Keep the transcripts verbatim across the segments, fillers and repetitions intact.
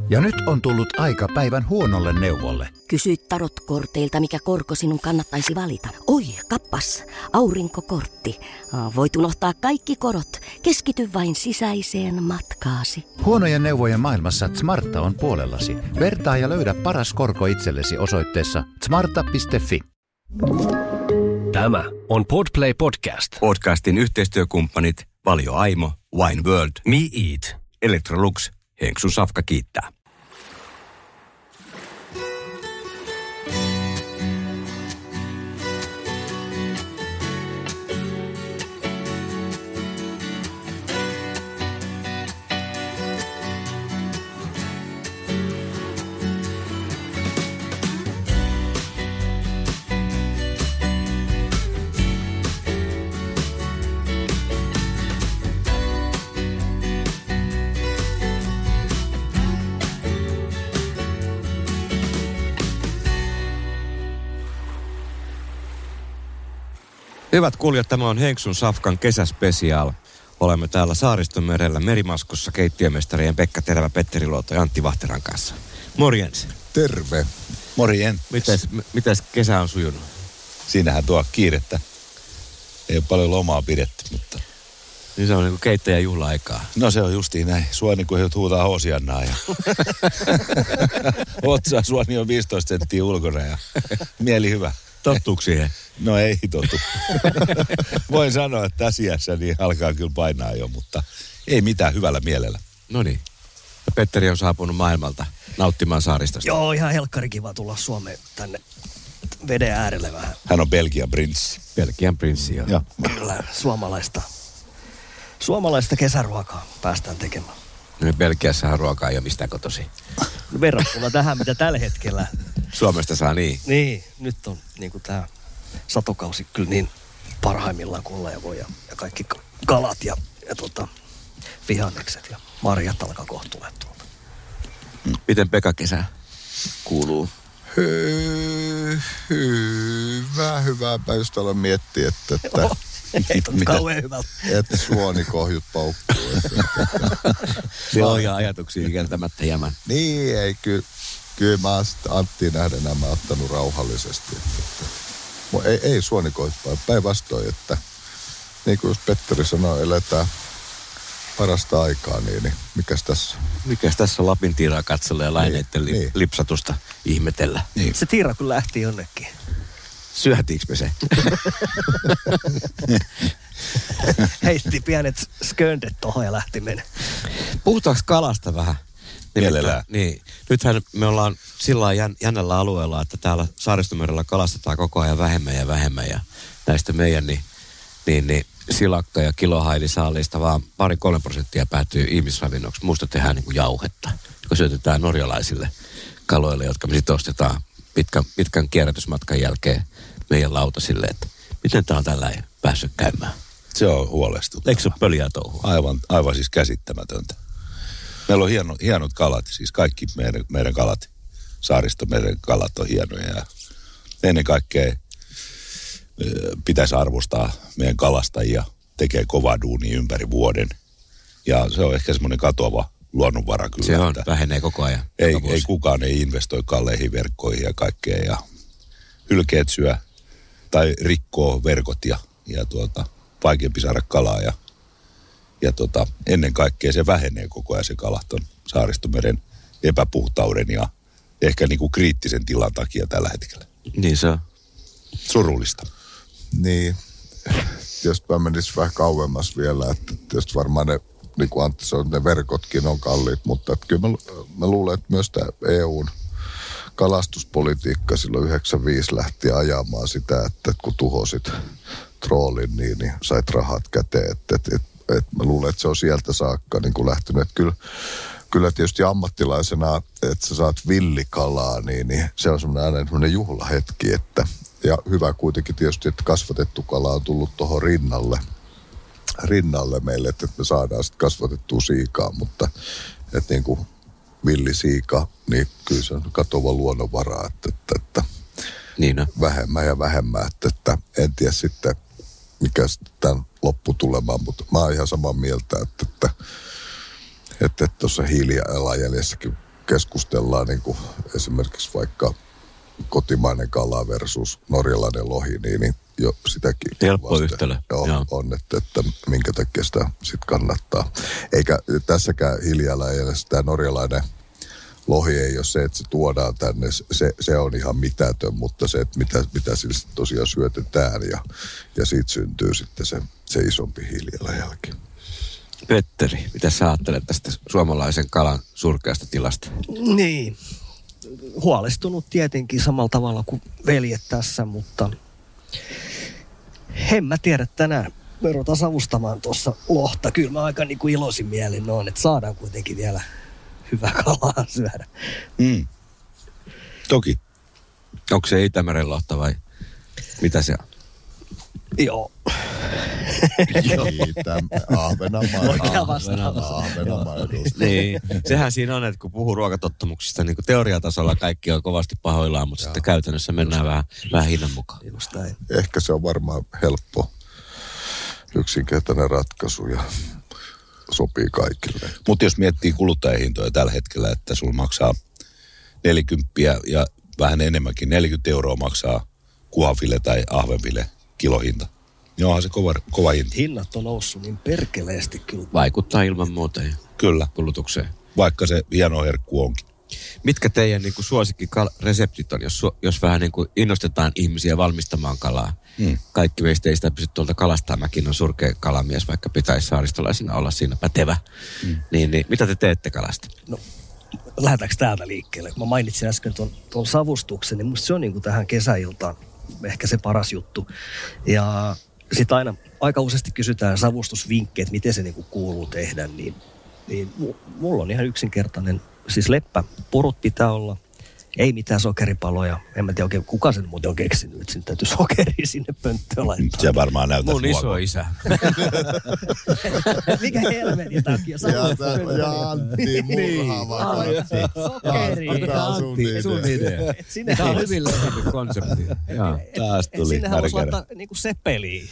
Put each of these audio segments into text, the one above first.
Ja nyt on tullut aika päivän huonolle neuvolle. Kysy tarotkorteilta, mikä korko sinun kannattaisi valita. Oi, kappas, aurinkokortti. Voit unohtaa kaikki korot. Keskity vain sisäiseen matkaasi. Huonojen neuvojen maailmassa Smarta on puolellasi. Vertaa ja löydä paras korko itsellesi osoitteessa smarta piste fi. Tämä on Podplay Podcast. Podcastin yhteistyökumppanit Valio Aimo, Wine World, Me Eat, Electrolux, Henksun Safka kiittää. Hyvät kuulijat, tämä on Henksun Safkan kesäspesiaal. Olemme täällä Saaristomerellä Merimaskussa keittiömestarien Pekka Terävä, Petteri Luoto ja Antti Vahteran kanssa. Morjens. Terve. Morjens. Mites, mites kesä on sujunut? Siinähän tuo kiirettä. Ei ole paljon lomaa pidetty, mutta... Niin se on niin kuin keittäjä juhla-aikaa. No se on justiin näin. Suoni kun huutaa Hosiannaa ja... Otsa suoni on viisitoista senttiä ulkona ja mieli hyvä. Tottuuko siihen? No ei totu. Voin sanoa, että asiassa niin alkaa kyllä painaa jo, mutta ei mitään, hyvällä mielellä. No niin. Ja Petteri on saapunut maailmalta nauttimaan saaristosta. Joo, ihan helkkari kiva tulla Suomeen tänne veden äärelle vähän. Hän on Belgian prinssi. Belgian prinssi, joo. Ja. Kyllä, suomalaista. Suomalaista kesäruokaa päästään tekemään. No Belgiassahan ruokaa ei ole mistään kotosi. No, verrattuna tähän, mitä tällä hetkellä. Suomesta saa niin. Niin, nyt on niin kuin tämä satokausi kyllä niin parhaimmillaan kuin olla ja voi. Ja, ja kaikki kalat ja, ja tota, vihannekset ja marjat alkaa kohtuulle tuolta. Miten Pekka kesä kuuluu? Hy- hyvä, hyvääpä just aloin miettiä, että... että Joo, ei tunnu kauhean hyvältä. Että suonikohjut paukkuu. Se on ja ajatuksia kieltämättä jämän. Niin, ei kyllä. Kyllä mä sitten Anttiin nähden nämä ottanut rauhallisesti. Että, että, ei, ei suonikoittaa. Päinvastoin, että niin kuin Petteri sanoi, eletään parasta aikaa, niin, niin mikäs tässä? Mikäs tässä on Lapin tiiraa katsella ja laineiden niin, li- niin. lipsatusta ihmetellä? Niin. Se tiira kyllä lähti jonnekin. Syötiinkö me se? Heitti pienet sköndet tohon ja lähti mennä. Puhutaanko kalasta vähän? Mielellään. Niin. Nythän me ollaan sillä jän, jännällä alueella, että täällä Saaristomerellä kalastetaan koko ajan vähemmän ja vähemmän. Ja näistä meidän niin, niin, niin silakka- ja kilohailisaaliista vaan pari kolme prosenttia päätyy ihmisravinnoksi. Muusta tehdään niin kuin jauhetta, joka syötetään norjalaisille kaloille, jotka me sitten ostetaan pitkän, pitkän kierrätysmatkan jälkeen meidän lautasille. Että miten tämä on tällä päässyt käymään? Se on huolestuttavaa. Eikö se ole pöliä touhua? Aivan, aivan siis käsittämätöntä. Meillä on hieno, hienot kalat, siis kaikki meidän, meidän kalat, Saaristomeren kalat on hienoja. Ja ennen kaikkea pitäisi arvostaa meidän kalastajia, tekee kovaa duunia ympäri vuoden. Ja se on ehkä semmoinen katoava luonnonvara kyllä. Se on, vähenee koko ajan. Ei, ei kukaan ei investoi kalleihin verkkoihin ja kaikkea. Ja hylkeet syö tai rikkoo verkot ja, ja tuota, vaikeampi saada kalaa. Ja, ja tota, ennen kaikkea se vähenee koko ajan se kalaston Saaristomeren epäpuhtauden ja ehkä niinku kriittisen tilan takia tällä hetkellä. Niin se on. Surullista. Niin, tietysti mä menisin vähän kauemmas vielä, että tietysti varmaan ne, niin kuin Antti sanoi, ne verkotkin on kalliit, mutta että kyllä mä, mä luulen, että myös tämä E U:n kalastuspolitiikka silloin yhdeksänkymmentäviisi lähti ajamaan sitä, että kun tuhosit troolin, niin, niin sait rahat käteen, että, että, että, että mä luulen, että se on sieltä saakka niin kuin lähtenyt, että kyllä Kyllä tietysti ammattilaisena, että sä saat villikalaa, niin, niin se on semmoinen aina semmoinen juhlahetki, että ja hyvä kuitenkin tietysti, että kasvatettu kala on tullut tuohon rinnalle, rinnalle meille, että me saadaan sitten kasvatettua siikaa, mutta että niin kuin villisiika, niin kyllä se on katova luonnonvara, että, että, että niin no. vähemmän ja vähemmän, että, että en tiedä sitten mikä sitten tämän lopputulemaan, mutta mä oon ihan samaa mieltä, että, että että tuossa hiilijalanjäljessäkin keskustellaan niin kuin esimerkiksi vaikka kotimainen kala versus norjalainen lohi, niin, niin jo sitäkin helppo yhtälö. Joo, Joo. on, että, että minkä takia sitä sitten kannattaa. Eikä tässäkään Hiljaläjällä sitä norjalainen lohi ei ole se, että se tuodaan tänne, se, se on ihan mitätön, mutta se, että mitä, mitä sillä tosiaan syötetään ja, ja siitä syntyy sitten se, se isompi hiilijalanjälki. Petteri, mitä sä ajattelet tästä suomalaisen kalan surkeasta tilasta? Niin, huolestunut tietenkin samalla tavalla kuin veljet tässä, mutta en mä tiedä tänään. Me ruvetaan savustamaan tuossa lohta. Kyllä mä aika niin kuin iloisin mielin on, että saadaan kuitenkin vielä hyvä kalaa syödä. Mm. Toki. Onko se Itämeren lohta vai mitä se on? Joo. Siitä Ahvenanmaa. Oikea vastaus. Ahvenanmaa edustaa. Niin, sehän siinä on, että kun puhuu ruokatottumuksista, niin kuin teoriatasolla kaikki on kovasti pahoillaan, mutta sitten käytännössä mennään vähän, vähän hinnan mukaan. Just näin. Ehkä se on varmaan helppo, yksinkertainen ratkaisu ja sopii kaikille. Mutta jos miettii kuluttajahintoja tällä hetkellä, että sulla maksaa neljäkymppiä ja vähän enemmänkin, neljäkymmentä euroa maksaa kuhafile tai ahvenfile kilohinta. Niin onhan se kova, kova hinta. Hinnat on noussut niin perkeleesti kyllä. Vaikuttaa ilman muuta Kyllä, kulutukseen. vaikka se hieno herkku onkin. Mitkä teidän niin kuin suosikkireseptit on, jos, jos vähän niin kuin innostetaan ihmisiä valmistamaan kalaa? Mm. Kaikki meistä ei sitä pysty tuolta kalastaa. Mäkin on surkea kalamies, vaikka pitäisi saaristolaisena olla siinä pätevä. Mm. Niin, niin mitä te teette kalasta? No, lähdetäänkö täältä liikkeelle? Mä mainitsin äsken tuon, tuon savustuksen, niin musta se on niin kuin tähän kesäiltaan ehkä se paras juttu. Ja sitten aina aika useasti kysytään savustusvinkkejä, että miten se niin kuin kuuluu tehdä, niin, niin mulla on ihan yksinkertainen. Siis leppä, purut pitää olla, ei mitään sokeripaloja. En mä tiedä oikein, kuka sen muuten on keksinyt, että sinne täytyy sokeria sinne pönttöön laittaa. Se varmaan näyttää. Mun iso isä. Mikä helvetin takia? Ja, ja Antti murhaava. Sokeria. Sun idea. Tämä on hyvin löytynyt konsepti. Taas tuli sinnehän voisi härkärä. laittaa niinku sepeliä.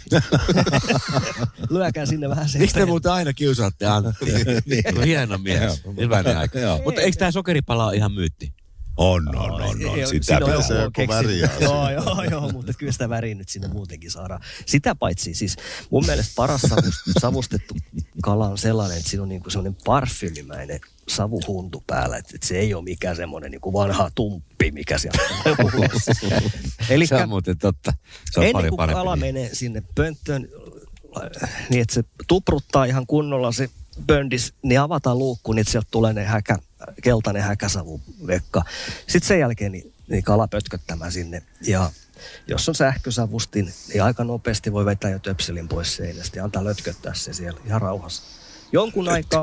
Lyökää sinne vähän sepeliä. Miksi te muuten aina kiusaatte Antti? No, hieno mies. Hyvänen aika. Mutta eikö tämä sokeripala ole ihan myytti? On, on, on, on. Ei, Sitä siinä on pitää. se joku keksinyt. väriä. Joo, joo, joo, mutta kyllä sitä väriä nyt sinne muutenkin saadaan. Sitä paitsi siis mun mielestä paras savustettu kala on sellainen, että siinä on niinku semmoinen parfyymimäinen savuhuntu päällä. Että et se ei ole mikään semmoinen niinku vanha tumppi, mikä sieltä Se on muuten totta. Se on ennen paljon kuin parempi. kala menee sinne pönttöön, niin että se tupruttaa ihan kunnolla se böndis, niin avataan luukku, niin että sieltä tulee ne häkä, keltainen häkäsavuvekka. Sitten sen jälkeen niin, niin kala pötköttämään sinne. Ja jos on sähkösavustin, niin aika nopeasti voi vetää jo töpselin pois seinästä ja antaa lötköttää se siellä ihan rauhassa. Jonkun aikaa.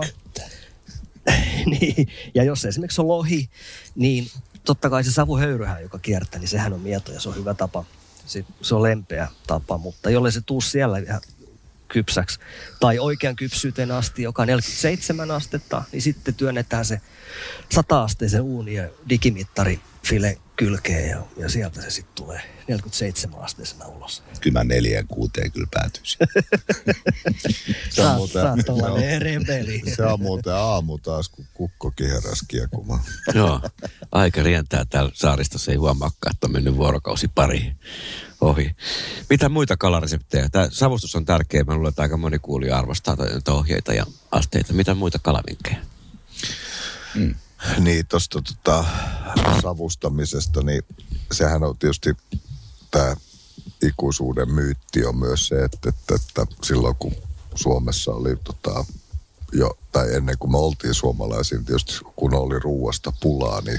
Niin, ja jos esimerkiksi on lohi, niin totta kai se savuhöyryhän, joka kiertää, niin sehän on mieto ja se on hyvä tapa. Se, se on lempeä tapa, mutta jollei se tuu siellä ihan kypsäksi tai oikean kypsyyteen asti, joka on neljäkymmentäseitsemän astetta, niin sitten työnnetään se sata-asteisen uuni ja digimittari file kylkeen ja, ja sieltä se sitten tulee neljäkymmentäseitsemän asteisena ulos. Kyllä mä neljään kuuteen kyllä päätyisin. Se on Sä muuten- sä oot se on- tollanen rebeli. Se on muuten aamu taas, kun kukko kiheräs kiekumaan. Joo, aika rientää täällä saaristossa, ei huomaakaan, että on mennyt vuorokausi pari ohi. Mitä muita kalareseptejä? Tämä savustus on tärkeä, mä luulen, että aika moni kuulija arvostaa näitä ohjeita ja asteita. Mitä muita kalavinkkejä? Mm. Niin, tuosta tota, savustamisesta, niin sehän on tietysti tämä ikuisuuden myytti on myös se, että, että, että silloin kun Suomessa oli tota, jo, tai ennen kuin me oltiin suomalaisia, niin tietysti kun oli ruuasta pulaa, niin,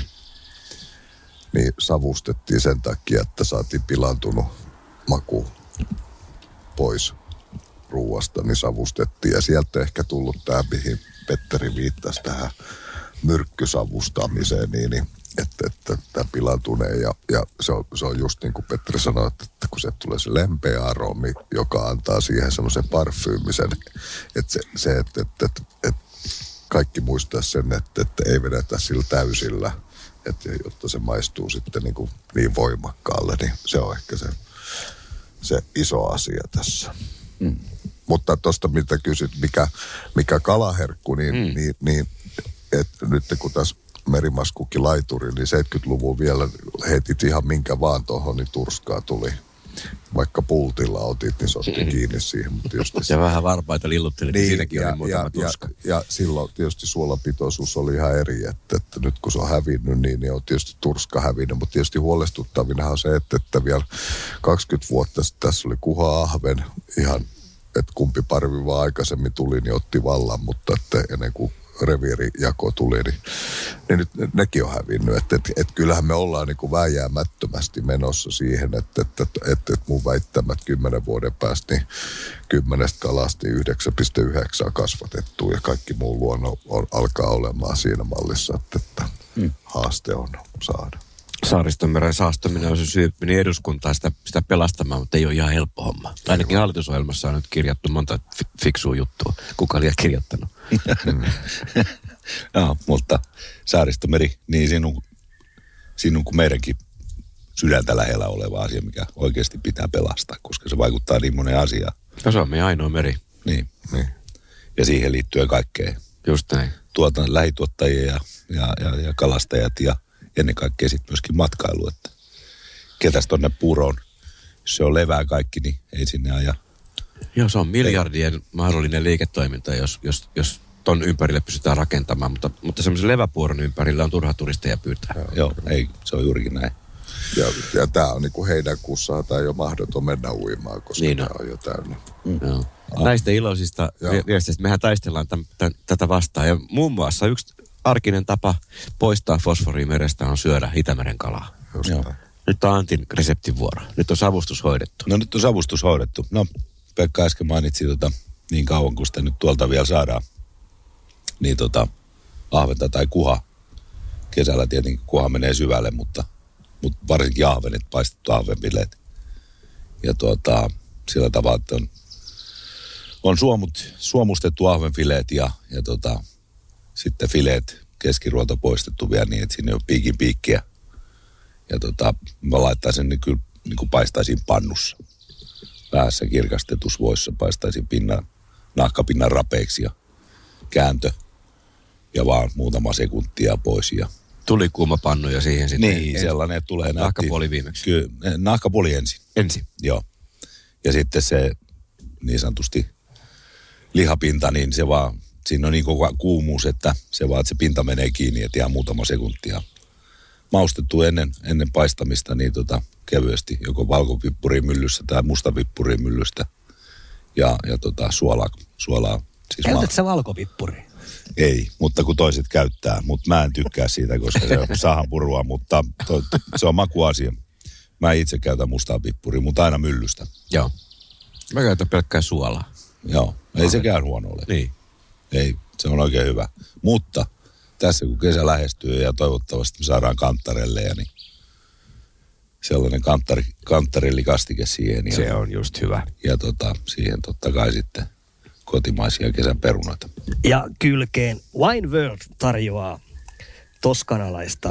niin savustettiin sen takia, että saatiin pilantunut maku pois ruuasta, niin savustettiin. Ja sieltä ehkä tullut tämä, mihin Petteri viittasi tähän myrkkysavustamiseen, niin, niin että, että tämä pilantuneen ja, ja se, on, se on just niin kuin Petteri sanoi, että, että kun se tulee se lempeä aromi, joka antaa siihen semmoisen parfyymisen, että se, se että, että, että, että kaikki muistaa sen, että, että ei vedetä sillä täysillä, että jotta se maistuu sitten niin, kuin niin voimakkaalle, niin se on ehkä se, se iso asia tässä. Mm. Mutta tuosta mitä kysyt, mikä, mikä kalaherkku, niin, mm. niin, niin että nyt kun tässä merimaskukilaituri, niin seitsemänkymmentäluvun vielä heitit ihan minkä vaan tuohon, niin turskaa tuli. Vaikka pultilla otit, niin se otti kiinni siihen. Mutta tietysti ja vähän varpaita lilluttelit, niin, niin siinäkin ja, oli muutama ja, turska. Ja, ja silloin tietysti suolapitoisuus oli ihan eri, että, että nyt kun se on hävinnyt, niin, niin on tietysti turska hävinnyt. Mutta tietysti huolestuttavina on se, että, että vielä kaksikymmentä vuotta sitten tässä oli kuha-ahven ihan, että kumpi parvi vaan aikaisemmin tuli, niin otti vallan, mutta että ennen kuin reviirijako tuli, niin, niin nyt ne, nekin on hävinnyt. Että et, et kyllähän me ollaan niin kuin vääjäämättömästi menossa siihen, että et, et, et, et mun väittämät kymmenen vuoden päästä, niin kymmenestä kalasta niin yhdeksän pilkku yhdeksän kasvatettu ja kaikki muu luonno on, alkaa olemaan siinä mallissa, että, että hmm. haaste on saada. Saaristomeren saastuminen on se syy, meni eduskuntaan sitä, sitä pelastamaan, mutta ei ole ihan helppo homma. Ainakin hallitusohjelmassa on nyt kirjattu monta fiksua juttua. Kuka oli kirjoittanut? No, mutta Saaristomeri, niin sinun, sinun kuin meidänkin sydäntä lähellä oleva asia, mikä oikeasti pitää pelastaa, koska se vaikuttaa niin moneen asiaan. No se on meidän ainoa meri. Niin, niin. Ja siihen liittyen kaikkea. Just näin. Tuota, lähituottajia ja, ja, ja, ja kalastajat ja ennen kaikkea sitten myöskin matkailu, että ketäs tonne puroon, jos se on levää kaikki, niin ei sinne aja. Joo, se on miljardien ei. mahdollinen liiketoiminta, jos, jos, jos ton ympärille pystytään rakentamaan, mutta, mutta semmoisen leväpuoron ympärillä on turha turisteja pyytää. Joo, Joo ei, se on juurikin näin. Ja, ja tämä on niin kuin heinäkuussa, tämä ei ole mahdoton mennä uimaan, koska niin tämä on jo täynnä. Mm. Joo. Näistä iloisista viesteistä mehän taistellaan tämän, tämän, tätä vastaan. Ja muun muassa yksi arkinen tapa poistaa fosforia merestä on syödä Itämeren kalaa. Nyt on Antin reseptin vuoro. Nyt on savustus hoidettu. No nyt on savustus hoidettu. No Pekka äsken mainitsi tota, niin kauan kun sitä nyt tuolta vielä saadaan, niin tota ahventa tai kuha. Kesällä tietenkin kuha menee syvälle, mutta, mutta varsinkin ahvenet, paistettu ahvenfileet. Ja tuota, sillä tavalla, että on, on suomut, suomustettu ahvenfileet ja, ja tota, sitten fileet keskiruolta poistettu vielä niin, että sinne on piikin piikkiä. Ja tota, mä laittaisin niin kyllä niin kuin paistaisin pannussa. Vähässä kirkastetusvoissa paistaisin pinnan, nahkapinnan rapeiksi ja kääntö. Ja vaan muutama sekuntia pois. Ja tuli kuuma pannu ja siihen sitten. Niin, ensin. Sellainen tulee. Nahkapuoli viimeksi. Kyllä, nahkapuoli ensin. Ensin? Joo. Ja sitten se niin sanotusti lihapinta, niin se vaan, siinä on niin koko kuumuus, että se vaan, että se pinta menee kiinni, että ihan muutama sekuntia. Maustettu ennen, ennen paistamista niin tota, kevyesti, joko valkopippurimyllyssä tai mustavippurimyllystä. Ja, ja tota, suolaa. suolaa siis Käytät sä valkopippuria? Ei, mutta kun toiset käyttää. Mutta mä en tykkää siitä, koska se on sahanpurua, mutta to, se on makuasia. Mä itse käytän mustaa pippuria, mutta aina myllystä. Joo. Mä käytän pelkkää suolaa. Joo, ei sekään huono ole. Niin. Ei, se on oikein hyvä. Mutta tässä kun kesä lähestyy ja toivottavasti me saadaan kanttarelleja, niin sellainen kanttari, kanttarellikastike siihen. Ja, se on just hyvä. Ja tota, siihen totta kai sitten kotimaisia kesän perunoita. Ja kylkeen Wine World tarjoaa toskanalaista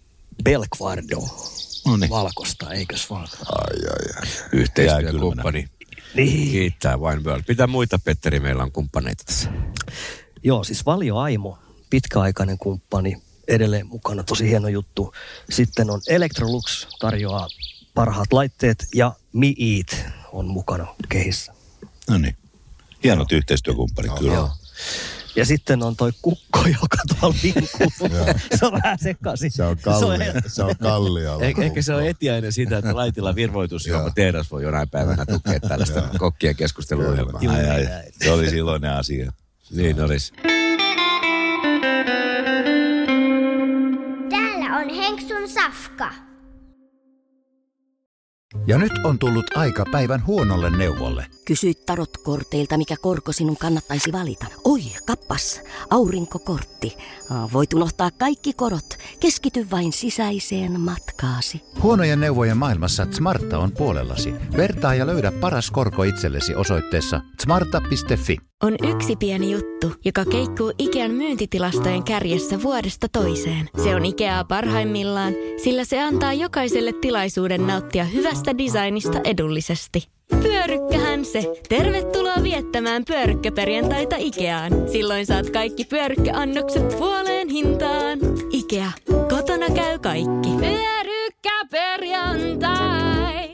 Belguardo. No niin. Valkosta, eikös vaan? Ai, ai, ai. Yhteistyökumppani. Niin. Kiittää Wine World. Mitä muita, Petteri, meillä on kumppaneita tässä? Joo, siis Valio Aimo, pitkäaikainen kumppani, edelleen mukana, tosi hieno juttu. Sitten on Electrolux, tarjoaa parhaat laitteet, ja Me Eat on mukana kehissä. No niin. Hienot yhteistyökumppanit, kyllä. Joo. Ja sitten on toi kukko, joka tuolla vinkuu. Se on vähän sekaisin. Se on kallia. Se on kallialla. Eh, ehkä se on etiäinen siitä, että Laitila virvoitusjuoma tehdas voi jonain päivänä tukea tällaista kokkien keskusteluohjelmaa. Ai, ai. Se olisi iloinen asia. Niin olisi. Täällä on Henksun safka. Ja nyt on tullut aika päivän huonolle neuvolle. Kysy tarotkorteilta, mikä korko sinun kannattaisi valita. Oi, kappas, aurinkokortti. Voit unohtaa kaikki korot. Keskity vain sisäiseen matkaasi. Huonojen neuvojen maailmassa Smarta on puolellasi. Vertaa ja löydä paras korko itsellesi osoitteessa smarta piste fi. On yksi pieni juttu, joka keikkuu Ikean myyntitilastojen kärjessä vuodesta toiseen. Se on Ikeaa parhaimmillaan, sillä se antaa jokaiselle tilaisuuden nauttia hyvästä designista edullisesti. Pyörykkähän se! Tervetuloa viettämään pyörykkäperjantaita Ikeaan. Silloin saat kaikki pyörykkäannokset puoleen hintaan. Ikea. Ikea. Kotona käy kaikki. Pyörykkä perjantai.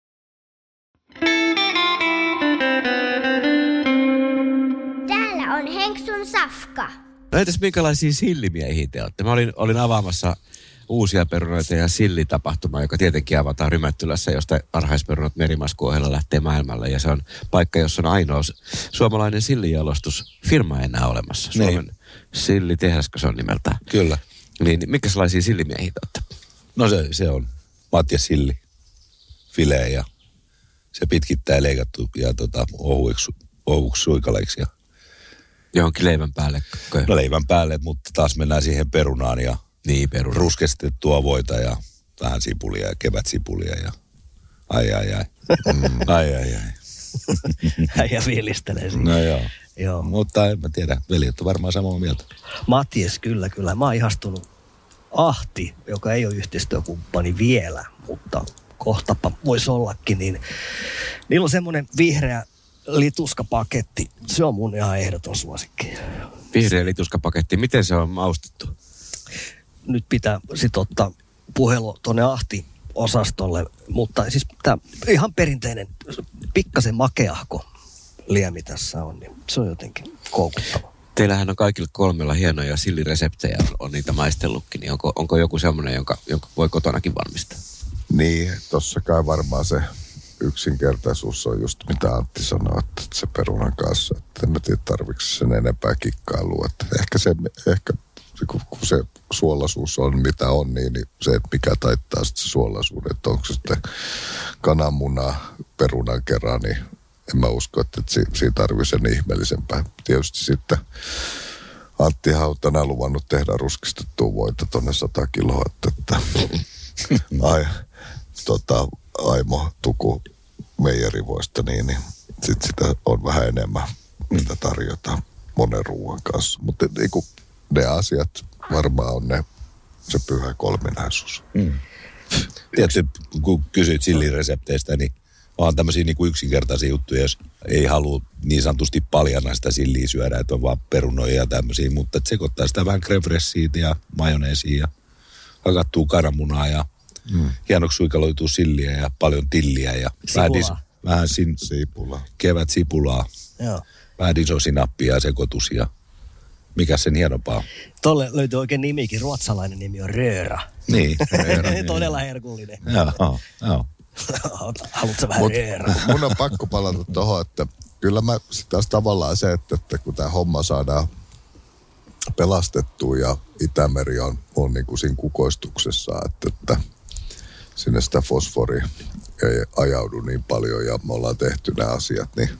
Täällä on Henksun Safka. No entäs minkälaisia sillimiehiä te olette? Mä olin, olin avaamassa uusia perunoita ja sillitapahtumaa, joka tietenkin avataan Rymättylässä, josta varhaisperunat Merimaskuohella lähtee maailmalle. Ja se on paikka, jossa on ainoa suomalainen sillijalostusfirma enää olemassa. Suomen niin. Sillitehdasko se on nimeltään. Kyllä. Niin, minkälaisia sillimiehiä te olette? No se, se on Mattias Silli, filee ja se pitkittää leikattu ja tota, ohuiksi, ohuiksi suikaleiksi. Ja johonkin leivän päälle. No leivän päälle, mutta taas mennään siihen perunaan ja niin, peruna. Ruskestettua voita ja vähän sipulia ja kevätsipulia ja ai ai ai. Mm, ai ai ai. Äijä fiilistelee siinä. No joo. Joo. Mutta en mä tiedä, veljet on varmaan samaa mieltä. Mattias, kyllä, kyllä. Mä oon ihastunut Ahti, joka ei ole yhteistyökumppani vielä, mutta kohtapa voisi ollakin, niin niillä on semmoinen vihreä lituskapaketti. Se on mun ihan ehdoton suosikki. Vihreä lituskapaketti, miten se on maustettu? Nyt pitää sit ottaa puhelu tuonne Ahti-osastolle, mutta siis tämä ihan perinteinen, pikkasen makeahko liemi tässä on, niin se on jotenkin koukuttava. Teillähän on kaikilla kolmella hienoja sillireseptejä, on, on niitä maistellutkin, niin onko, onko joku semmoinen, jonka, jonka voi kotonakin valmistaa? Niin, tossa kai varmaan se yksinkertaisuus on just mitä Antti sanoi, että se perunan kanssa, että en tiedä tarvitse sen enempää kikkailua. Että ehkä se, ehkä kun se suolaisuus on mitä on, niin, niin se, että mikä taittaa sitten se suolaisuuden, että onko se sitten kananmuna perunan kerran, niin en mä usko, että siitä tarvitsee sen ihmeellisempää. Tietysti sitten Antti on tänään luvannut tehdä ruskistettua voita tuonne sata kiloa, että, että ai, tota, Aimo tuku meijerivoista, niin, niin sitten sitä on vähän enemmän, mitä tarjotaan monen ruoan kanssa. Mutta niin ne asiat varmaan on ne, se pyhä kolminaisuus. Mm. Tiedätkö, kun kysyit silliresepteistä, niin on tämmöisiä niin kuin yksinkertaisia juttuja, jos ei halua niin sanotusti paljana sitä silliä syödä, että on vaan perunoja ja tämmöisiä, mutta sekoittaa sitä vähän crème ja majoneesia ja hakattua kananmunaa ja mm. hienoksi suikaloituu silliä ja paljon tilliä ja vähän, dis- vähän sin- Sipula. kevät sipulaa, Joo. vähän disosinappia ja sekoitus ja mikä sen hienompaa. Tolle löytyy oikein nimikin, ruotsalainen nimi on Röra. Niin. Röra, niin. Todella herkullinen. Joo, joo. Haluatko vähän Mut Röra? mun on pakko palata tuohon, että kyllä mä taas tavallaan se, että, että kun tämä homma saadaan pelastettua ja Itämeri on, on niin kuin siinä kukoistuksessa, että, että sinne sitä fosforia ei ajaudu niin paljon ja me ollaan tehty nämä asiat, niin,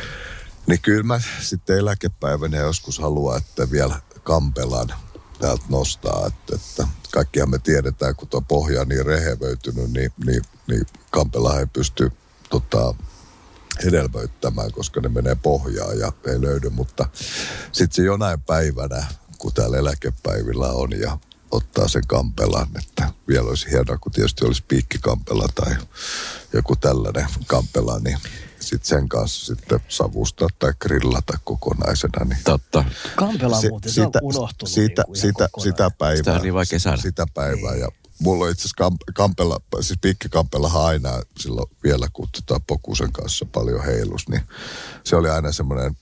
niin kyllä mä sitten eläkepäivänä joskus haluan, että vielä Kampelan täältä nostaa, että, että kaikkihan me tiedetään, kun tuo pohja on niin rehevöitynyt, niin, niin, niin Kampela ei pysty tota, hedelmöittämään, koska ne menee pohjaan ja ei löydy, mutta sitten se jonain päivänä, kun täällä eläkepäivillä on ja ottaa sen Kampelan, että vielä olisi hienoa, kun tietysti olisi piikkikampela tai joku tällainen Kampela, niin sitten sen kanssa sitten savustaa tai grillata kokonaisena. Niin totta. Kampela on muuten, se on unohtunut. Sitä, niin sitä, sitä päivää. Sitä on niin vaikea saada. Sitä päivää Niin. ja mulla on itse asiassa kamp, Kampela, siis piikkikampelahan aina silloin vielä, kun tota Pokusen kanssa paljon heilus, niin se oli aina semmoinen,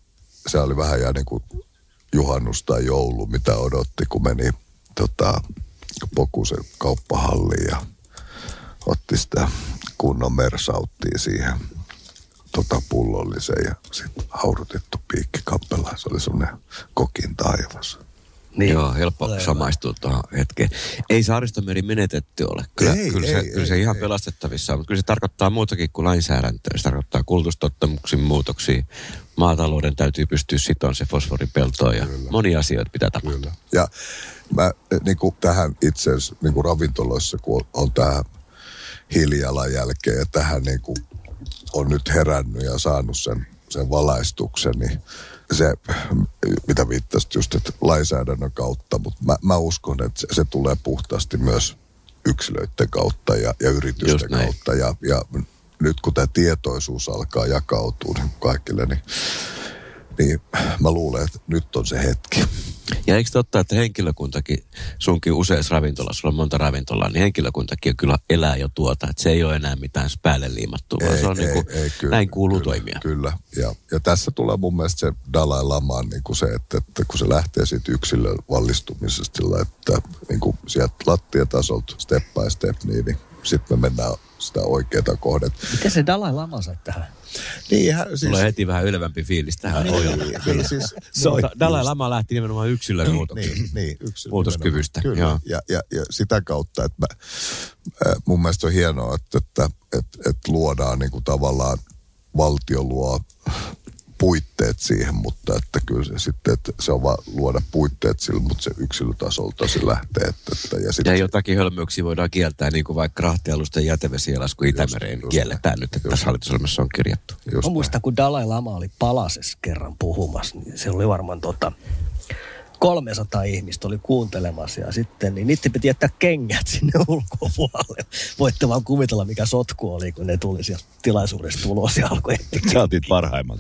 se oli vähän jää niin kuin juhannus tai joulu, mitä odotti, kun meni tota, Pokusen kauppahalliin ja otti sitä kunnon mersauttia siihen tota pullollisen ja sitten haudutettu piikkikampela. Se oli semmoinen kokin taivas. Niin. Joo, helppo Aivan. samaistua tuohon hetkeen. Ei Saaristomeri menetetty ole. Kyllä, ei, kyllä, ei, se, ei, kyllä se ei, ihan ei. pelastettavissa on, mutta kyllä se tarkoittaa muutakin kuin lainsäädäntöä. Se tarkoittaa kulutustottumuksiin muutoksia. Maatalouden täytyy pystyä sitoon se fosforipeltoon ja kyllä. monia asioita pitää tapahtua. Kyllä. Ja mä niin kuin tähän itse asiassa niin kuin ravintoloissa, kun on, on tämä hiilijalanjälkeen ja tähän niin kuin on nyt herännyt ja saanut sen, sen valaistuksen, niin se, mitä viittasit just, että lainsäädännön kautta, mutta mä, mä uskon, että se, se tulee puhtaasti myös yksilöiden kautta ja, ja yritysten kautta. Ja, ja nyt kun tämä tietoisuus alkaa jakautua niin kaikille, niin, niin mä luulen, että nyt on se hetki. Ja eikö totta, että henkilökuntakin, sunkin useissa ravintolassa, sulla on monta ravintolaa, niin henkilökuntakin kyllä elää jo tuota, että se ei ole enää mitään päälle liimattua, vaan se on ei, niin kuin, ei, kyllä, näin kuuluu kyllä, toimia. Kyllä, ja, ja tässä tulee mun mielestä se Dalai Lamaan niin kuin se, että, että kun se lähtee siitä yksilön vallistumisesta sillä, että niin kuin sieltä lattiatasolta step by step, niin, niin sitten me mennään sitä oikeaa kohdetta. Miten se Dalai Lama sai tähän? Niin, hän, siis... Tulee heti vähän ylvämpi fiilis tähän niin, ohjelmaan. Niin, siis, no, Dalai Lama lähti nimenomaan yksilön muutoksesta. Niin, niin yksilön muutoskyvystä. Kyllä, ja, ja, ja sitä kautta, että mä, mun mielestä on hienoa, että, että, että, että luodaan niin kuin tavallaan, valtio luo puitteet siihen, mutta että kyllä se sitten, että se on vaan luoda puitteet sille, mutta se yksilötasolta se lähtee. Että, että, ja, ja jotakin hölmöyksiä voidaan kieltää, niin kuin vaikka rahtialusten jätevesialasku Itämereen just, kielletään just, nyt, että tässä hallitusohjelmassa on kirjattu. Mä muistan, kun Dalai Lama oli Palasessa kerran puhumassa, niin se oli varmaan tota kolmesataa ihmistä oli kuuntelemassa ja sitten, niin niiden piti jättää kengät sinne ulkopuolelle. Voitte vaan kuvitella, mikä sotku oli, kun ne tuli sieltä tilaisuudesta ulos ja alkoi etsiä. Sä otit parhaimmat.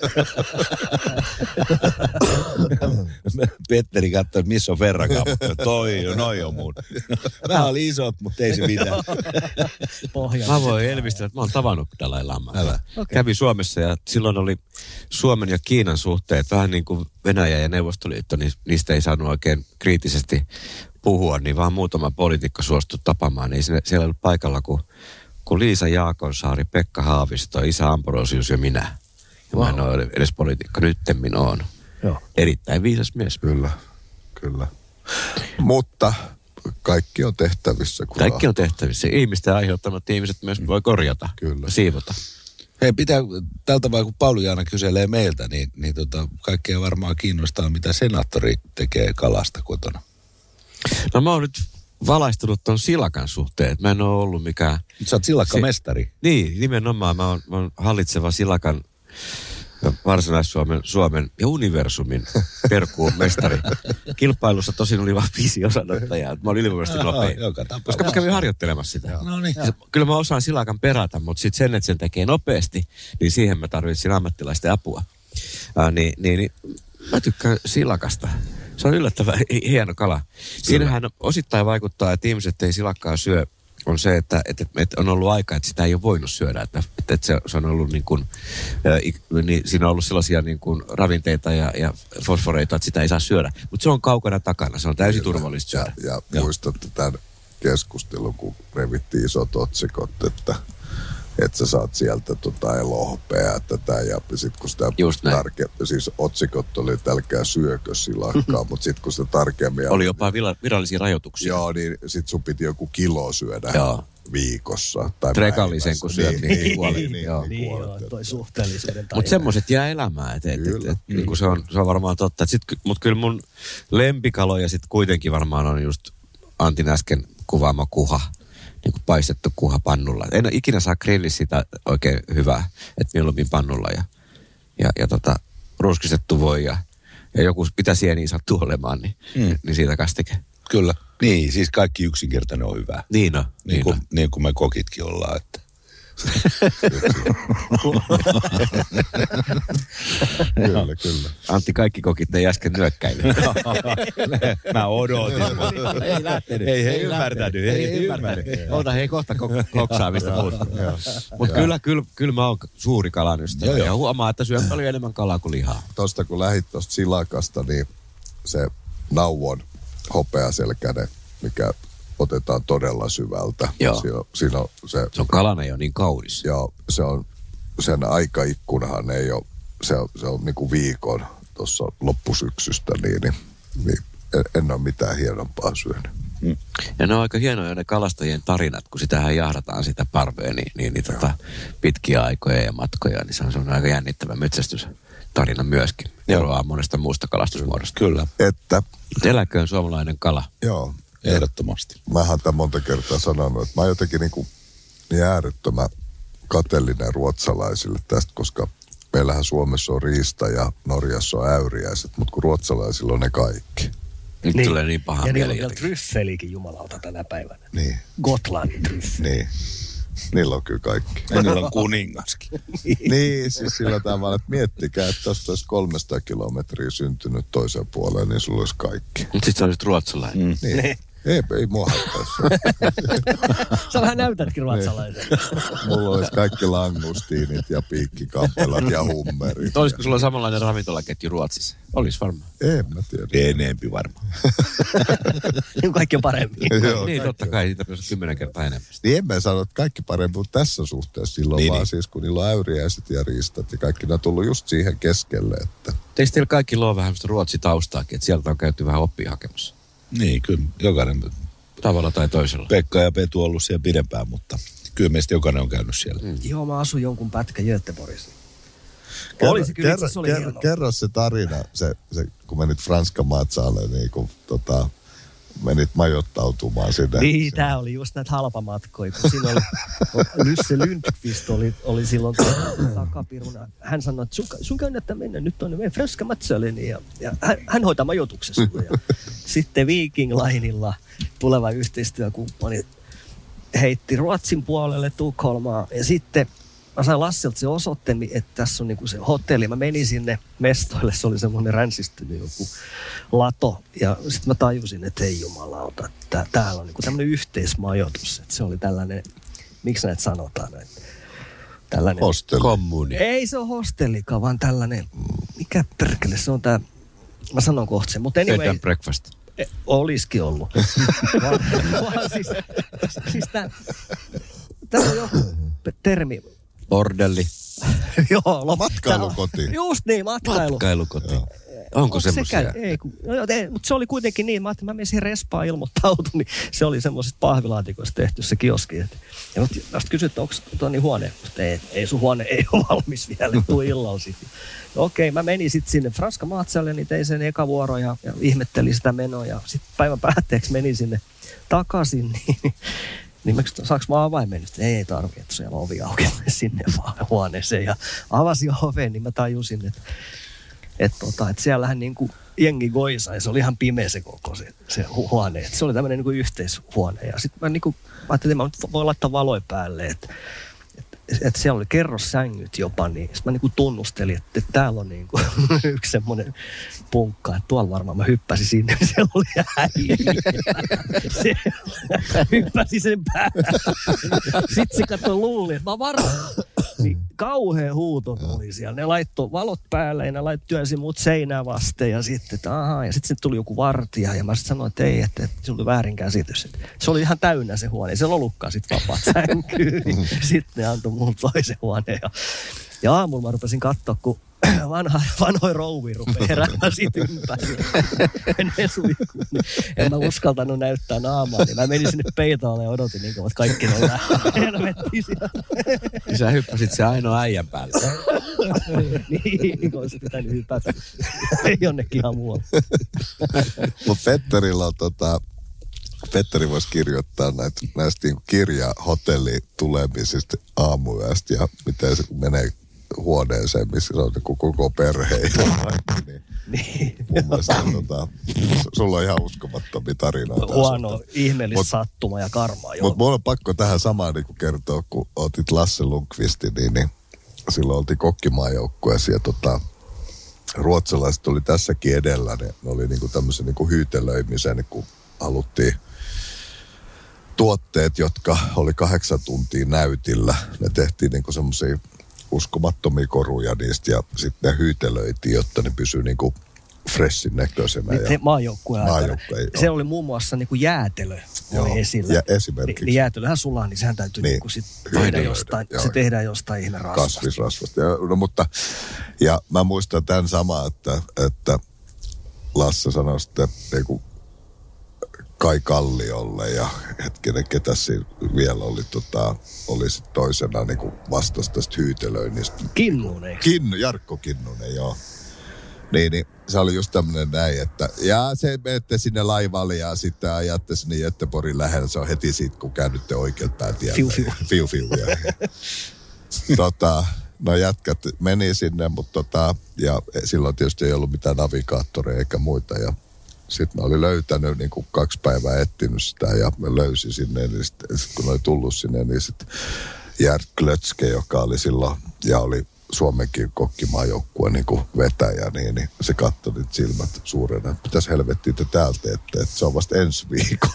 Petteri katsoi, missä on Ferragamo. Toi, noi on mun. Vähän oli isot, mutta ei se mitään. Mä voin elvistellä, että mä oon tavannut Dalai Lamaa. Okay. Kävi Suomessa ja silloin oli Suomen ja Kiinan suhteet vähän niin kuin Venäjä ja Neuvostoliitto, niin niistä ei saanut oikein kriittisesti puhua, niin vaan muutama poliitikko suostui tapaamaan. Niin siellä oli paikalla kuin, kuin Liisa Jaakonsaari, Pekka Haavisto, Isä Ambrosius ja minä. Ja wow. Mä en ole edes poliitikko, nyttemmin oon. Joo. Erittäin viisas mies. Kyllä, kyllä. Mutta kaikki on tehtävissä. Kaikki on tehtävissä. Ihmisten aiheuttamat ihmiset myös voi korjata, kyllä. Siivota. Hei, pitää tältä vaan, kun Pauli-Jaana kyselee meiltä, niin, niin tota, kaikkea varmaan kiinnostaa, mitä senaattori tekee kalasta kotona. No mä oon nyt valaistunut ton silakan suhteen. Mä en ole ollut mikään... Sä oot silakkamestari. Se, niin, nimenomaan. Mä oon, mä oon hallitseva silakan Varsinais-Suomen Suomen ja universumin perkuun mestari. Kilpailussa tosin oli vain viisi osanottajaa. Mä olin ylivoimaisesti nopein. Koska mä kävin harjoittelemassa sitä. No niin. Kyllä mä osaan silakan perata, mutta sitten sen, että sen tekee nopeasti, niin siihen mä tarvitsin ammattilaisten apua. Äh, niin, niin, niin mä tykkään silakasta. Se on yllättävän hieno kala. Siinähän osittain vaikuttaa, että ihmiset ei silakkaa syö, on se, että, että, että on ollut aika, että sitä ei ole voinut syödä. Että, että se, se on ollut niin kuin, äh, niin, siinä on ollut sellaisia niin kuin ravinteita ja, ja fosforeita, että sitä ei saa syödä. Mutta se on kaukana takana, se on täysin Kyllä. turvallista syödä. Ja, ja muistatte tämän keskustelun, kun revittiin isot otsikot, että että sä saat sieltä tota elohopeaa tätä ja sit kun sitä tarkemmin, siis otsikot oli, että älkää syökö silakkaa, mutta sit kun sitä tarkemmin... Oli jopa virallisia rajoituksia. Joo, niin sit sun piti joku kilo syödä joo. viikossa. Tai Trekallisen, kun syöt, niin, niin kuolet. Niin, niin, joo. niin joo, toi suhteellisuuden taito. Mutta semmoiset jää elämään, että et, et, et, mm. niin se, on, se on varmaan totta. Mutta kyllä mun lempikaloja sit kuitenkin varmaan on just Antin äsken kuvaama kuha. Niin kuin paistettu kuha pannulla. En ole ikinä saa grillissä sitä oikein hyvää, että mieluummin pannulla ja, ja, ja tota, ruskistettu voi ja, ja joku mitä sieniä sattuu olemaan, niin, mm. niin siitä kastike. Kyllä. Niin, siis kaikki yksinkertainen on hyvä. Niin on. Niin, niin, kuin, on. niin kuin me kokitkin ollaan, että... kyllä, kyllä. Antti, kaikki kokit ei äsken nyökkäile. Mä odotin. Ei lähtenyt. Ei he ymmärtänyt. Ei ymmärtänyt. Ota hei kohta koksaamista muuta. Mutta kyllä, kyllä, kyllä mä oon suuri kalan ystävä. Ja huomaa, että syön paljon enemmän kalaa kuin lihaa. Tuosta kun lähit tuosta silakasta, niin se nauon hopeaselkäinen, mikä otetaan todella syvältä. Joo. Siinä on, siinä on se, se on kalana jo niin kaunis. Joo, se on, sen aikaikkunahan ei ole, se on, se on niin kuin viikon tuossa loppusyksystä, niin, niin, niin en, en ole mitään hienompaa syönyt. Mm. Ja ne on aika hienoja ne kalastajien tarinat, kun sitähän jahdataan sitä parvea, niin, niin, niin tota, pitkiä aikoja ja matkoja, niin se on, se on aika jännittävä metsästystarina myöskin. Eroaa monesta muusta kalastusmuodosta. Kyllä. Että... Eläköön suomalainen kala. Joo. Ehdottomasti. Mä oon tämän monta kertaa sanonut, että mä oon jotenkin niin, kuin niin äärettömän kateellinen ruotsalaisille tästä, koska meillähän Suomessa on riista ja Norjassa on äyriäiset, mutta kun ruotsalaisilla on ne kaikki. Nyt niin. Tulee niin paha ja mieli. Ja niillä on vielä tryffeliikin jumalauta tänä päivänä. Niin. Gotlandin tryffeli. Niin. Niillä on kyllä kaikki. Ja niillä on kuningaskin. Niin, siis sillä tavalla, että miettikää, että tuosta olisi kolmesataa kilometriä syntynyt toiseen puoleen, niin sulla olisi kaikki. Mutta sit sä olisit ruotsalainen. Mm. Niin. Ei, ei mua haittaisi. Sä vähän näytätkin ruotsalaisen. Mulla olisi kaikki langustiinit ja piikkikampelat ja hummerit. Olisiko sulla samanlainen ravintolaketju Ruotsissa? Olisi varmaan. En mä tiedä. Enempi varmaan. Niin kaikki on paremmin. Joo, niin, totta kai. Niitä pitäisi kymmenen kertaa enemmän. Niin en mä sano, että kaikki parempi, mutta tässä suhteessa silloin niin, vaan niin. siis, kun niillä on äyriäiset ja riistat ja kaikki, ne on tullut just siihen keskelle, että... Teistä teillä kaikki luo vähän ruotsitaustaakin, että sieltä on käyty vähän oppia hakemassa. Niin, kyllä. Jokainen, tavalla tai toisella. Pekka ja Petu on ollut siellä pidempään, mutta kyllä meistä jokainen on käynyt siellä. Mm. Joo, mä asun jonkun pätkän Göteborgissa. Kerro, Oli se kyllä, kerro, se oli kerro, kerro se tarina, se, se, kun menit Franska Matsalle, niin kun tota, menit majoittautumaan sinne. Niin, tää oli just näitä halpamatkoja, kun siinä oli, Lysse Lundqvist oli, oli silloin takapiruna. Hän sanoi, että sun, sun kannattaa mennä nyt tuonne meidän Franska Matsalle, ja, ja hän, hän hoitaa majoituksessa. Ja sitten Viking Linella tuleva yhteistyökumppani heitti Ruotsin puolelle Tukholmaa, ja sitten mä sain Lasselta se osoitteen, että tässä on niinku se hotelli. Mä menin sinne mestoille, se oli semmoinen ränsistynyt joku lato. Ja sitten mä tajusin, että ei jumalauta, että täällä on niinku tämmöinen yhteismajoitus. Että se oli tällainen, miksi näitä sanotaan näin? Tällainen... Hostelli. Kommuni. Ei se ole hostellikaan, vaan tällainen, mikä perkele, se on tää, mä sanon kohta sen. Mutta anyway, bed and breakfast. E, olisikin ollut. vaan, vaan siis, siis tää, tää on joku termi. Bordelli. Joo, lop... Matkailukoti. Just niin, matkailu. Matkailukoti. Onko, Onko semmoisia? Ei, kun, no, ei, mutta se oli kuitenkin niin, mä, mä menin siihen respaan ilmoittautumaan, niin se oli semmoisista pahvilaatikoista tehty se kioski. Et, ja mä sitten kysyin, että onko tuo niin huone? Mutta ei, ei sun huone ei ole valmis vielä, tuu illalla sitten. No, okei, mä menin sitten sinne Franska Matsalle, niin tein sen eka vuoro ja, ja ihmettelin sitä menoa. Ja sitten päivän päätteeksi menin sinne takaisin, niin... Niin mä kysyin, saanko mä avaimen? Ei, ei tarvitse, että siellä on ovi auki sinne huoneeseen. Ja avasin oven, niin mä tajusin, että, että, tota, että siellähän niin kuin jengi goisai. Se oli ihan pimeä se koko se, se huone. Että se oli tämmöinen niin kuin yhteishuone. Ja sitten mä, niin kuin, mä ajattelin, että mä voin laittaa valoja päälle. Että, että, että siellä oli kerrossängyt jopa. Niin sitten mä niin kuin tunnustelin, että, että täällä on niin kuin yksi semmoinen punkka. Että tuolla varmaan mä hyppäsin sinne. Siellä oli äijä. Se hyppäsi sen päälle. Sitten se katsoi luuli, että mä varmaan. Niin kauhea huuto oli siellä. Ne laittoi valot päälle ja ne laittoi työnsi mut seinää vasten. Ja sitten, että ahaa. Ja sitten tuli joku vartija. Ja mä sitten sanoin, että ei, että, että se oli väärinkäsitys. Että se oli ihan täynnä se huone. Ei se ollutkaan sitten vapaat sänkyyn. Niin sitten ne antoi mulle toisen huoneen. Ja, ja aamulla mä rupesin katsoa, kun vanha, vanhoja rouvia rupeaa heräämään siitä ympärillä. Ne suihkuun. Niin en mä uskaltanut näyttää naamaa, niin mä menin sinne peitaalle ja odotin niin kauan, että kaikki ne helvettiin sieltä. Niin sä hyppäsit se ainoa äijän päälle. Niin, niin kuin olisi pitänyt hypätä. Jonnekin ihan muualle. Mutta Petterillä on tota... Petteri voisi kirjoittaa näitä, näistä niin kirja hotelli tulemisista aamuyöstä ja miten se menee huoneeseen, missä se on niin koko perhe. Niin, niin. Mun mielestä tota, sulla on ihan uskomattomia tarinoita. Huono, ihmeellistä sattuma ja karmaa. Mutta mulla on pakko tähän samaan niin kertoa, kun otit Lasse Lundqvistin, niin, niin silloin oltiin kokkimaajoukkueessa ja tota, ruotsalaiset oli tässäkin edellä. Ne, ne oli niin kuin tämmöisen niin kuin hyytelöimisen, kun haluttiin tuotteet, jotka oli kahdeksan tuntia näytillä. Ne tehtiin niinku semmoisia uskomattomia koruja niistä ja sitten ne hyytelöitiin, jotta ne pysyi niinku freshin näköisenä. Niin, ja maajoukkueen maajoukkueen, se oli muun muassa niinku jäätelö oli esillä. Ja esimerkiksi. Niin jäätelöhän sulaa, niin sehän täytyy niin, niinku sit tehdä jostain, se tehdään jostain ihme rasvasta. Kasvisrasvasta. Ja, no, mutta, ja mä muistan tämän samaa, että, että Lasse sanoi sitten niinku Kai Kalliolle ja hetkinen, ketä siinä vielä oli, tota, oli sit toisena niin vastasi tästä hyytelöinnistä. Kinnunen. Kinnu, Jarkko Kinnunen, joo. Niin, niin se oli just tämmöinen näin, että ja se menette sinne laivalle ja sitten ajatte sinne Göteborgin lähellä. Se on heti siitä, kun käännytte oikealta päätiellä. Fiu, fiu. Fiu, fiu, ja. tota, no jätkät meni sinne, mutta tota, ja silloin tietysti ei ollut mitään navigaattoreja eikä muita ja sitten mä olin löytänyt niin kuin kaksi päivää etsinyt sitä ja mä löysin sinne. Niin sitten sit kun oli tullut sinne, niin sitten Gert Klötske, joka oli silloin ja oli Suomenkin kokkimaajoukkueen niin kuin vetäjä, niin, niin se katsoi nyt silmät suurena, että pitäisi helvettiä te täältä, että, että se on vasta ensi viikolla.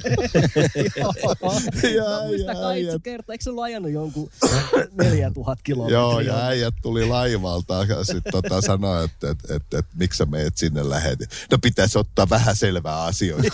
ja äijät kertaa, eikö se ollut ajanut jonkun neljätuhatta kilometriä? Joo, ja äijät tuli laivalta ja sitten tota sanoi, että, että, että, että, että miksi sä meet sinne lähetin. No pitäisi ottaa vähän selvää asioita.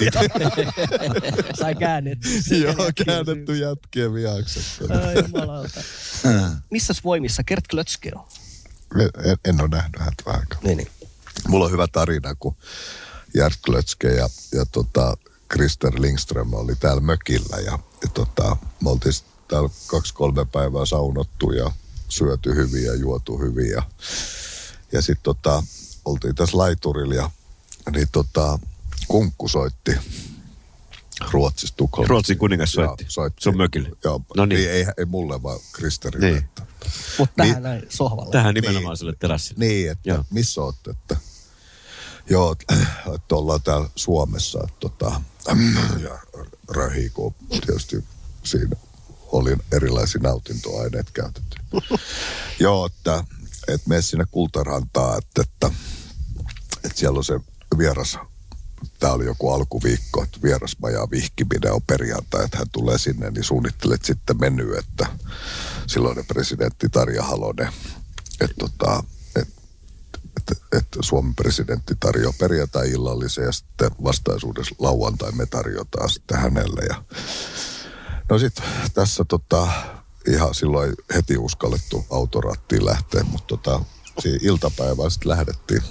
Sai käännetty. Joo, käännetty jätkien viakset. Ai jumalauta. Missäs voimissa Gert Klötske on? En, en ole nähnyt häntä vähän aikaa. Niin, niin. Mulla on hyvä tarina, kun Gert Klötske ja, ja tota, Christer Lindström oli täällä mökillä. Ja, ja tota, me oltiin täällä kaksi-kolme päivää saunottu ja syöty hyvin ja juotu hyvin. Ja, ja sitten tota, oltiin tässä laiturilla ja niin tota, kunkku soitti Ruotsista Tukholmasta. Ruotsin kuningas soitti. soitti. Se on mökillä. Joo, no niin. Ei, ei, ei mulle vaan Christerille. Niin. Mutta tähän niin, näin sohvalla. Tähän nimenomaan sille terassille. Niin, että joo. Missä ootte, että joo, että ollaan täällä Suomessa, että tota, ja röhii, kun tietysti siinä oli erilaisia nautintoaineet käytetty. Joo, että, että mene sinne Kultarantaan, että, että, että siellä on se vieras, tää oli joku alkuviikko, että vierasmajaa vihkiminen on perjantai, että hän tulee sinne, niin suunnittelet sitten meny, että silloinen presidentti Tarja Halonen, että tota, että et Suomen presidentti tarjoaa perjantai-illallisen ja sitten vastaisuudessa lauantai me tarjotaan sitten hänelle. Ja no sitten tässä tota, ihan silloin heti uskallettu autorattiin lähteä, mutta tota, siinä iltapäivään sitten lähdettiin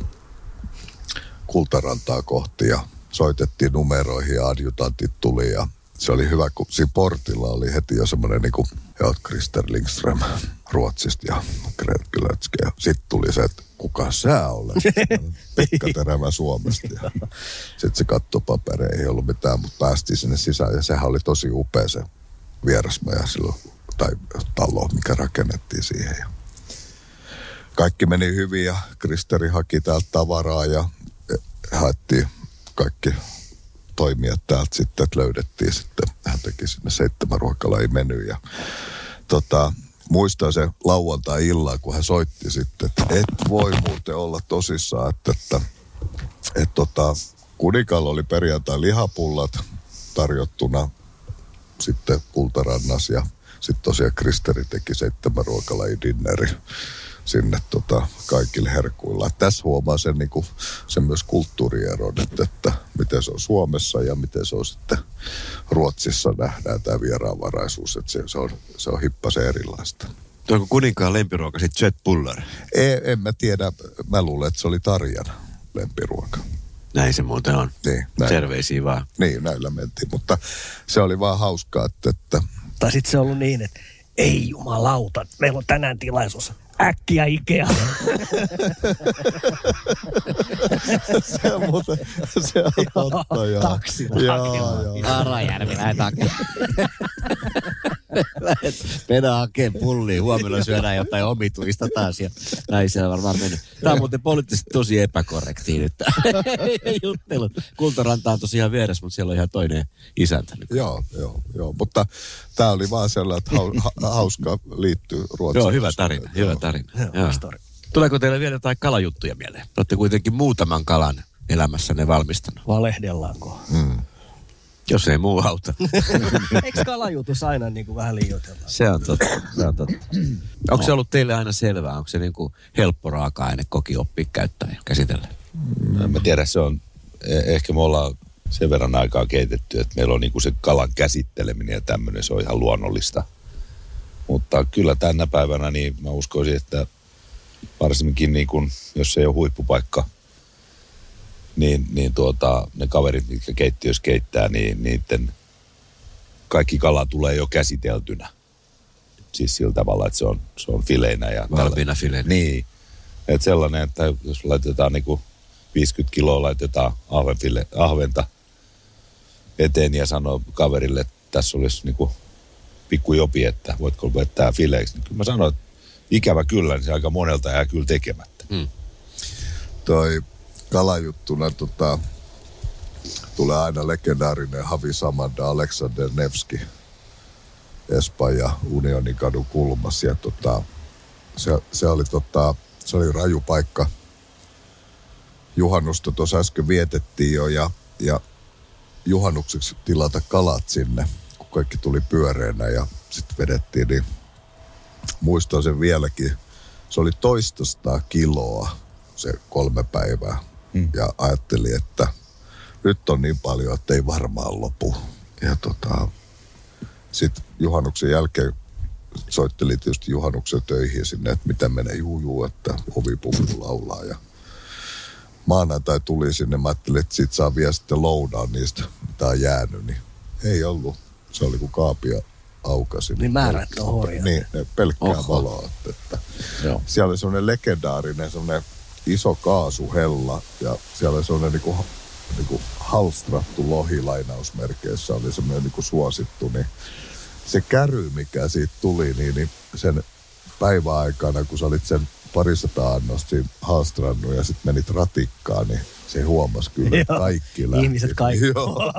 Kultarantaa kohti ja soitettiin numeroihin ja adjutantit tuli ja se oli hyvä, kun siinä portilla oli heti jo semmoinen niin kuin Christer Lindström Ruotsista ja Gert Klötske. Ja sitten tuli se, että kuka sä olet? Pekka Terävä Suomesta. Sitten se katsoi papereihin, ei ollut mitään, mutta päästiin sinne sisään. Ja sehän oli tosi upea se vierasmaja silloin, tai talo, mikä rakennettiin siihen. Ja kaikki meni hyvin ja Kristeri haki täältä tavaraa ja haettiin kaikki toimijat täältä sitten, että löydettiin sitten, hän teki sinne seitsemän ruokalajin meny ja tota, muistan se lauantai-illan, kun hän soitti sitten, että et voi muuten olla tosissaan, että, että, että tota, Kunikalla oli perjantai lihapullat tarjottuna sitten Kultarannassa ja sitten tosiaan Kristeri teki seitsemän ruokalajin dinneri sinne tota, kaikille herkuilla. Tässä huomaa sen, niin kuin, sen myös kulttuurieron, että, että miten se on Suomessa ja miten se on sitten Ruotsissa nähdään tämä vieraanvaraisuus, että se, se, on, se on hippasen erilaista. Onko kuninkaan lempiruoka sitten Köttbullar? Ei, en mä tiedä. Mä luulen, että se oli Tarjan lempiruoka. Näin se muuten on. Niin, näin. Terveisiä vaan. Niin, näillä mentiin, mutta se oli vaan hauskaa, että... että... Tai sitten se on ollut niin, että ei jumalauta, meillä on tänään tilaisuus. Äkkiä Ikea. Se on muuten, se on totta, joo. Taksilla. Joo, joo. Arajärvi, lähet hakemaan. Mennään hakemaan pullia. Huomenna syödään jotain omituista taas. Ja näin se on varmaan mennyt. Tämä on muuten poliittisesti tosi epäkorrektia nyt. Juttelu. Kultaranta on tosiaan vieressä, mutta siellä on ihan toinen isäntä. Joo, joo, joo. Mutta tämä oli vaan sellainen, että hauska liittyy Ruotsiin. Joo, hyvä tarina, hyvä tarina. Tuleeko teille vielä jotain kalajuttuja mieleen? Olette kuitenkin muutaman kalan elämässänne valmistanut. Valehdellaanko? Mm. Jos ei muu auta. Eikö kalajutus aina niin kuin vähän liioitellaan? Se on totta. Se on totta. Onko se ollut teille aina selvää? Onko se niin kuin helppo raaka-aine koki oppia käyttää ja käsitellä? Mm. Mä tiedän, se on, ehkä me ollaan sen verran aikaa keitetty, että meillä on niin kuin se kalan käsitteleminen ja tämmöinen, se on ihan luonnollista. Mutta kyllä tänä päivänä niin mä uskoisin, että varsinkin niin kuin, jos ei ole huippupaikka, niin, niin tuota, ne kaverit, mitkä keittiössä keittää, niin niiden kaikki kala tulee jo käsiteltynä. Siis sillä tavalla, että se on, se on fileinä. Ja valmiina fileinä. Niin. Että sellainen, että jos laitetaan niin kuin viisikymmentä kiloa, laitetaan ahvenfile, ahventa eteen ja sanoo kaverille, että tässä olisi niin kuin pikku jopi, että voitko vetää fileiksi. Niin kyllä mä sanoin, että ikävä kyllä, niin se aika monelta jää kyllä tekemättä. Hmm. Toi kalajuttuna, tota, tulee aina legendaarinen Havi Samanda Aleksander Nevski Espanjan Unionin kadun kulmassa. Ja tota, se, se, oli tota, se oli raju paikka. Juhannusta tuossa äsken vietettiin jo ja, ja juhannukseksi tilata kalat sinne, kun kaikki tuli pyöreänä ja sitten vedettiin, niin muistan sen vieläkin. Se oli toistastaa kiloa se kolme päivää hmm. ja ajattelin, että nyt on niin paljon, että ei varmaan lopu. Ja tota, sitten juhannuksen jälkeen soittelin tietysti juhannuksen töihin sinne, että miten menee juu, juu että ovipumpu laulaa ja maanantai tuli sinne, mä ajattelin, että sit saa vielä sitten lounaan niistä, mitä on jäänyt, niin ei ollut. Se oli kuin kaapia aukasi. Niin määrät on horjaa. Niin, ne pelkkää Oho. valoa. Että, että siellä oli semmoinen legendaarinen, semmoinen iso kaasuhella ja siellä oli semmoinen niinku, niinku halstrattu lohi lainausmerkeissä, oli semmoinen niinku suosittu, niin se käry, mikä siitä tuli, niin, niin sen päivän aikana, kun sä olit sen parisataa annosta siinä haastrannut ja sitten menit ratikkaan, niin se huomasi kyllä, että kaikki lähti. Ihmiset kaikki. Joo.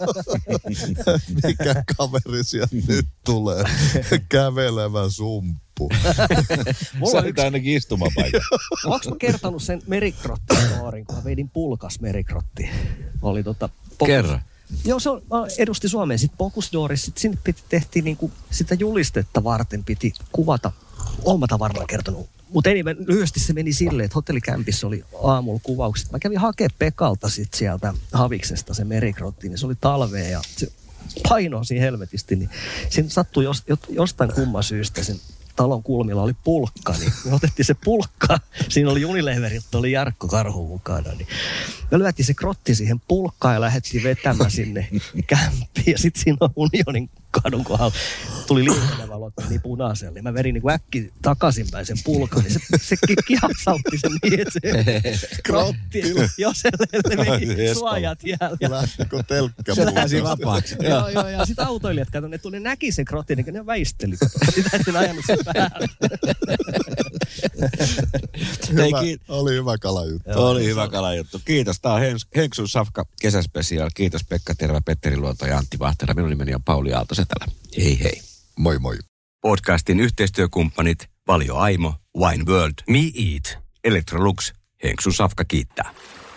Mikä kaveri sieltä nyt tulee? Kävelevä sumppu. Sä olit ainakin istumapaikan. Onko mä kertonut sen merikrottin, kun mä veidin pulkas merikrottiin? Oli tota... Pokus. Kerran. Joo, se on, edusti Suomeen. Sitten Pocusdoorissa, sitten sinne piti, tehtiin niinku, sitä julistetta varten piti kuvata. Oon mä varmaan kertonut. Mutta anyway, lyhyesti se meni silleen, että hotellikämpissä oli aamulla kuvaukset. Mä kävin hakemaan Pekalta sit sieltä Haviksesta se merikrotti, niin se oli talvea ja se painoi siinä helvetisti. Niin siinä sattui jos, jostain kumman syystä sen talon kulmilla oli pulkka, niin me otettiin se pulkka. Siinä oli Unileverit, oli Jarkko Karhu mukana. Niin me lyötiin se krotti siihen pulkkaan ja lähdettiin vetämään sinne kämppiin. Ja sitten siinä on Unionin kadun kohdalla tuli liikennevalot niin punaiselle. Mä verin niin äkki takaisinpäin sen pulkan, niin se, se kiapsautti sen niin, että se krotti joselle meni suojat jälleen. Lähtikö telkkä? Se pääsi vapaaksi. Joo, joo, ja sitten autoilijat, kato, ne tuli näki sen krotin, niin ne väisteli. Sitä ei ajanut sen päälle. Hyvä, oli hyvä kalajuttu. Joo, oli hyvä kalajuttu. Kiitos. Tämä on Henksun Safka kesäspesiaal. Kiitos Pekka Terva, Petteri Luonto ja Antti Vahtera. Minun nimeni on Pauli Aalto-Setälä. Hei hei. Moi moi. Podcastin yhteistyökumppanit Valio Aimo, Wine World, Me Eat, Electrolux, Henksun Safka kiittää.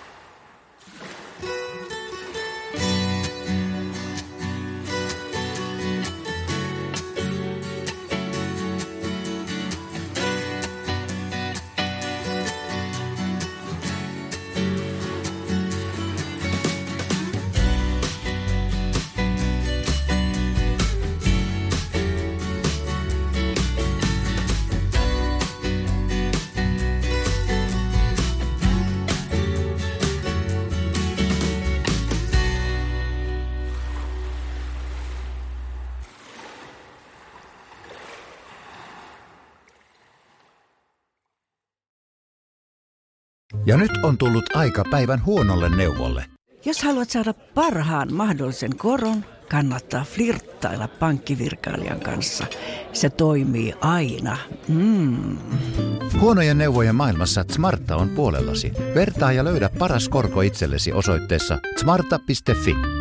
Ja nyt on tullut aika päivän huonolle neuvolle. Jos haluat saada parhaan mahdollisen koron, kannattaa flirttailla pankkivirkailijan kanssa. Se toimii aina. Mm. Huonojen neuvojen maailmassa Smarta on puolellasi. Vertaa ja löydä paras korko itsellesi osoitteessa smarta piste fi.